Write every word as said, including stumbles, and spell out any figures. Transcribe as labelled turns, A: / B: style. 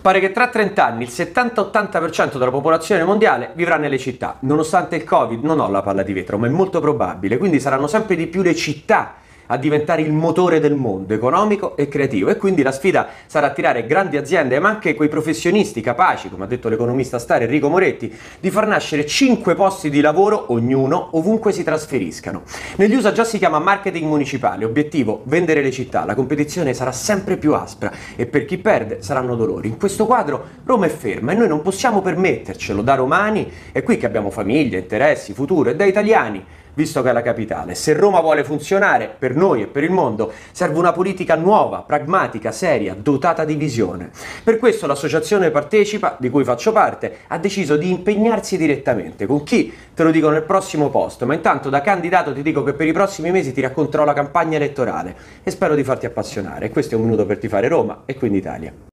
A: Pare che tra trenta anni il settanta ottanta per cento della popolazione mondiale vivrà nelle città. Nonostante il Covid, non ho la palla di vetro, ma è molto probabile, quindi saranno sempre di più le città a diventare il motore del mondo economico e creativo, e quindi la sfida sarà attirare grandi aziende ma anche quei professionisti capaci, come ha detto l'economista star Enrico Moretti, di far nascere cinque posti di lavoro ognuno ovunque si trasferiscano. Negli U S A già si chiama marketing municipale, obiettivo vendere le città, la competizione sarà sempre più aspra e per chi perde saranno dolori. In questo quadro Roma è ferma e noi non possiamo permettercelo. Da romani è qui che abbiamo famiglie, interessi, futuro, e da italiani, visto che è la capitale. Se Roma vuole funzionare, per noi e per il mondo, serve una politica nuova, pragmatica, seria, dotata di visione. Per questo l'associazione Partecipa, di cui faccio parte, ha deciso di impegnarsi direttamente. Con chi? Te lo dico nel prossimo post, ma intanto da candidato ti dico che per i prossimi mesi ti racconterò la campagna elettorale e spero di farti appassionare. Questo è un minuto per tifare Roma e quindi Italia.